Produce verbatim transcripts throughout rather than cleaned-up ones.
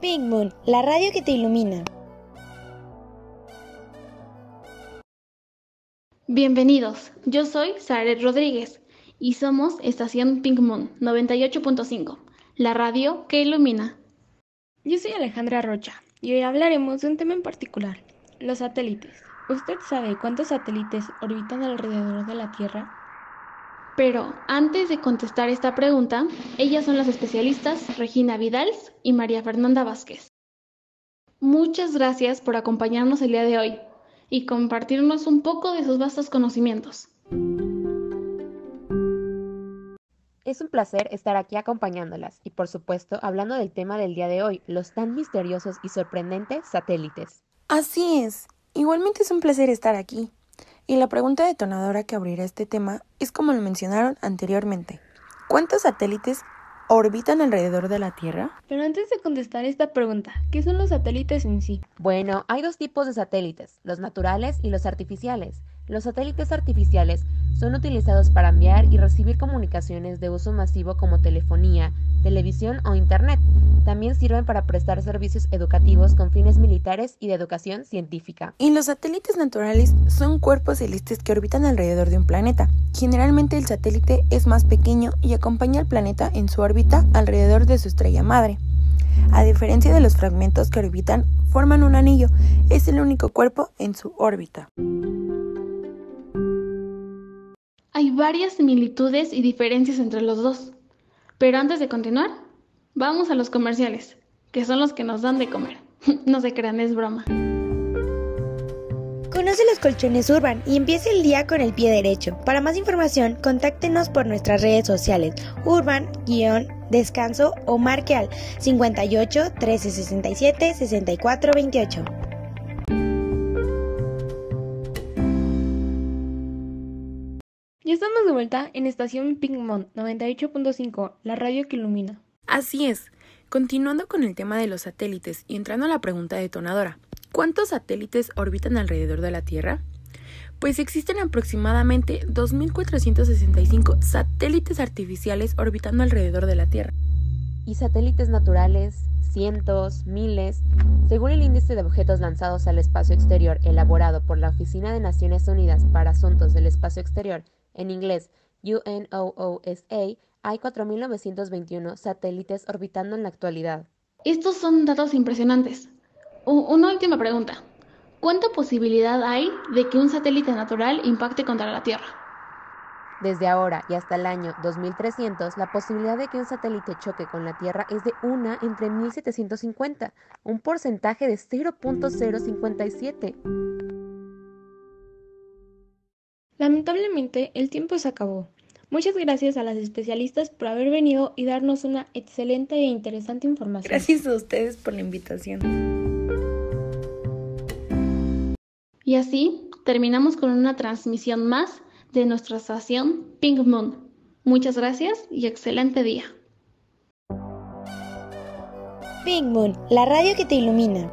Pink Moon, la radio que te ilumina. Bienvenidos, yo soy Saret Rodríguez y somos Estación Pink Moon noventa y ocho punto cinco, la radio que ilumina. Yo soy Alejandra Rocha y hoy hablaremos de un tema en particular, los satélites. ¿Usted sabe cuántos satélites orbitan alrededor de la Tierra? Pero antes de contestar esta pregunta, ellas son las especialistas Regina Vidals y María Fernanda Vázquez. Muchas gracias por acompañarnos el día de hoy y compartirnos un poco de sus vastos conocimientos. Es un placer estar aquí acompañándolas y, por supuesto, hablando del tema del día de hoy, los tan misteriosos y sorprendentes satélites. Así es, igualmente es un placer estar aquí. Y la pregunta detonadora que abrirá este tema es como lo mencionaron anteriormente. ¿Cuántos satélites orbitan alrededor de la Tierra? Pero antes de contestar esta pregunta, ¿qué son los satélites en sí? Bueno, hay dos tipos de satélites, los naturales y los artificiales. Los satélites artificiales son utilizados para enviar y recibir comunicaciones de uso masivo como telefonía, televisión o internet. También sirven para prestar servicios educativos con fines militares y de educación científica. Y los satélites naturales son cuerpos celestes que orbitan alrededor de un planeta. Generalmente el satélite es más pequeño y acompaña al planeta en su órbita alrededor de su estrella madre. A diferencia de los fragmentos que orbitan, forman un anillo. Es el único cuerpo en su órbita. Hay varias similitudes y diferencias entre los dos. Pero antes de continuar, vamos a los comerciales, que son los que nos dan de comer. No se crean, es broma. Conoce los colchones Urban y empiece el día con el pie derecho. Para más información, contáctenos por nuestras redes sociales, Urban-Descanso o marque al cincuenta y ocho, trece sesenta y siete, sesenta y cuatro veintiocho. Ya estamos de vuelta en Estación Pink Moon noventa y ocho punto cinco, la radio que ilumina. Así es, continuando con el tema de los satélites y entrando a la pregunta detonadora. ¿Cuántos satélites orbitan alrededor de la Tierra? Pues existen aproximadamente dos mil cuatrocientos sesenta y cinco satélites artificiales orbitando alrededor de la Tierra. Y satélites naturales, cientos, miles. Según el índice de objetos lanzados al espacio exterior elaborado por la Oficina de Naciones Unidas para Asuntos del Espacio Exterior, en inglés U N O O S A, hay cuatro mil novecientos veintiuno satélites orbitando en la actualidad. Estos son datos impresionantes. U- una última pregunta. ¿Cuánta posibilidad hay de que un satélite natural impacte contra la Tierra? Desde ahora y hasta el año dos mil trescientos, la posibilidad de que un satélite choque con la Tierra es de una entre mil setecientos cincuenta, un porcentaje de cero punto cero cincuenta y siete. Lamentablemente, el tiempo se acabó. Muchas gracias a las especialistas por haber venido y darnos una excelente e interesante información. Gracias a ustedes por la invitación. Y así terminamos con una transmisión más de nuestra estación Pink Moon. Muchas gracias y excelente día. Pink Moon, la radio que te ilumina.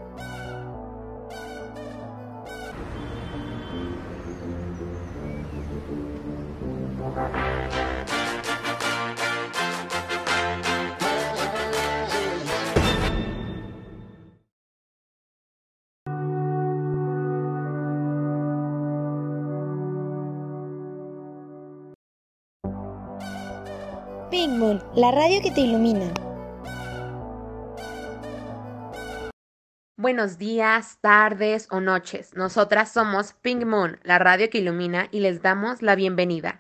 Pink Moon, la radio que te ilumina. Buenos días, tardes o noches. Nosotras somos Pink Moon, la radio que ilumina, y les damos la bienvenida.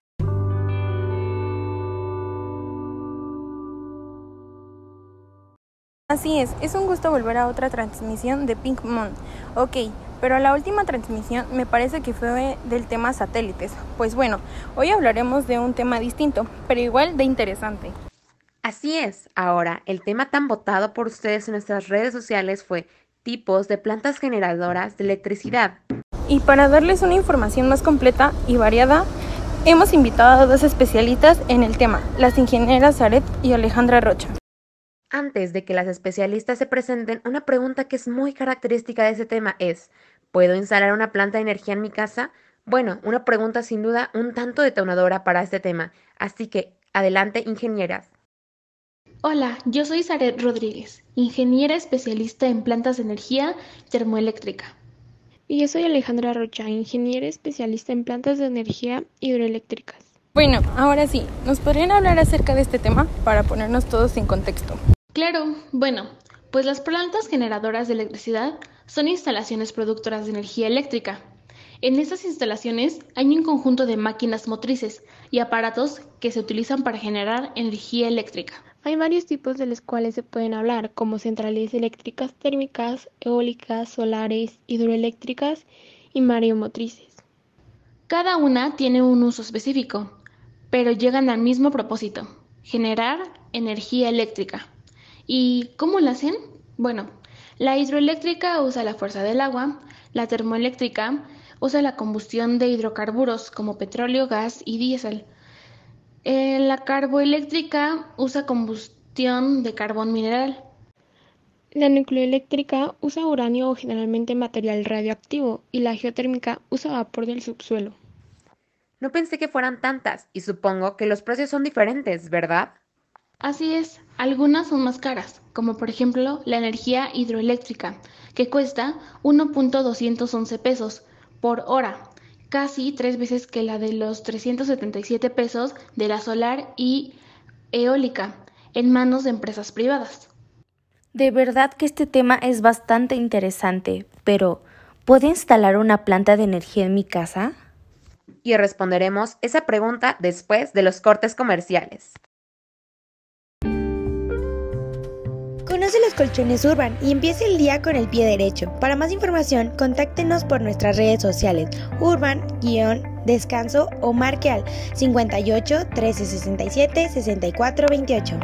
Así es, es un gusto volver a otra transmisión de Pink Moon. Ok, pero la última transmisión me parece que fue del tema satélites. Pues bueno, hoy hablaremos de un tema distinto, pero igual de interesante. Así es, ahora, el tema tan votado por ustedes en nuestras redes sociales fue tipos de plantas generadoras de electricidad. Y para darles una información más completa y variada, hemos invitado a dos especialistas en el tema, las ingenieras Saret y Alejandra Rocha. Antes de que las especialistas se presenten, una pregunta que es muy característica de ese tema es: ¿puedo instalar una planta de energía en mi casa? Bueno, una pregunta sin duda un tanto detonadora para este tema, así que adelante, ingenieras. Hola, yo soy Zaret Rodríguez, ingeniera especialista en plantas de energía termoeléctrica. Y yo soy Alejandra Rocha, ingeniera especialista en plantas de energía hidroeléctricas. Bueno, ahora sí, ¿nos podrían hablar acerca de este tema para ponernos todos en contexto? Claro, bueno, pues las plantas generadoras de electricidad son instalaciones productoras de energía eléctrica. En estas instalaciones hay un conjunto de máquinas motrices y aparatos que se utilizan para generar energía eléctrica. Hay varios tipos de los cuales se pueden hablar, como centrales eléctricas térmicas, eólicas, solares, hidroeléctricas y mareomotrices. Cada una tiene un uso específico, pero llegan al mismo propósito: generar energía eléctrica. ¿Y cómo la hacen? Bueno, la hidroeléctrica usa la fuerza del agua, la termoeléctrica usa la combustión de hidrocarburos como petróleo, gas y diésel. Eh, la carboeléctrica usa combustión de carbón mineral. La nucleoeléctrica usa uranio o generalmente material radioactivo y la geotérmica usa vapor del subsuelo. No pensé que fueran tantas y supongo que los precios son diferentes, ¿verdad? Así es, algunas son más caras, como por ejemplo la energía hidroeléctrica, que cuesta uno punto doscientos once pesos por hora, casi tres veces que la de los trescientos setenta y siete pesos de la solar y eólica, en manos de empresas privadas. De verdad que este tema es bastante interesante, pero ¿puedo instalar una planta de energía en mi casa? Y responderemos esa pregunta después de los cortes comerciales. Conoce los colchones Urban y empiece el día con el pie derecho. Para más información, contáctenos por nuestras redes sociales urban-descanso o marque al cincuenta y ocho, trece sesenta y siete, sesenta y cuatro veintiocho.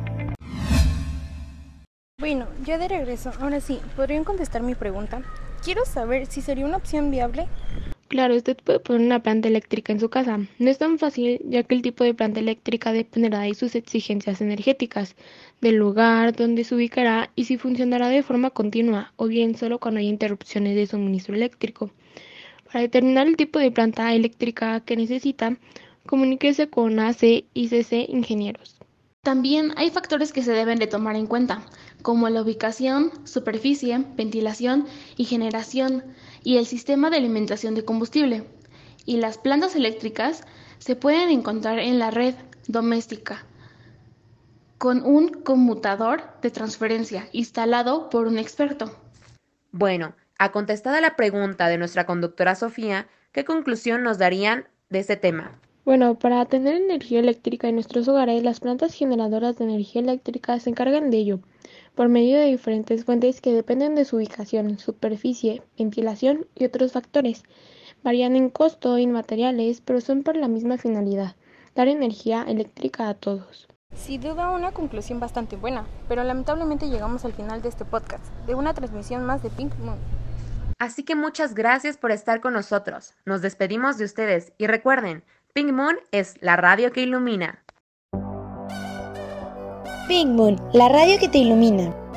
Bueno, ya de regreso, ahora sí, ¿podrían contestar mi pregunta? Quiero saber si sería una opción viable. Claro, usted puede poner una planta eléctrica en su casa. No es tan fácil, ya que el tipo de planta eléctrica dependerá de sus exigencias energéticas, del lugar donde se ubicará y si funcionará de forma continua o bien solo cuando haya interrupciones de suministro eléctrico. Para determinar el tipo de planta eléctrica que necesita, comuníquese con A C I C C Ingenieros. También hay factores que se deben de tomar en cuenta, como la ubicación, superficie, ventilación y generación, y el sistema de alimentación de combustible. Y las plantas eléctricas se pueden encontrar en la red doméstica, con un conmutador de transferencia instalado por un experto. Bueno, a contestada la pregunta de nuestra conductora Sofía, ¿qué conclusión nos darían de este tema? Bueno, para tener energía eléctrica en nuestros hogares, las plantas generadoras de energía eléctrica se encargan de ello, por medio de diferentes fuentes que dependen de su ubicación, superficie, ventilación y otros factores. Varían en costo y en materiales, pero son por la misma finalidad: dar energía eléctrica a todos. Sin duda una conclusión bastante buena, pero lamentablemente llegamos al final de este podcast, de una transmisión más de Pink Moon. Así que muchas gracias por estar con nosotros. Nos despedimos de ustedes y recuerden, Pink Moon es la radio que ilumina. Pink Moon, la radio que te ilumina.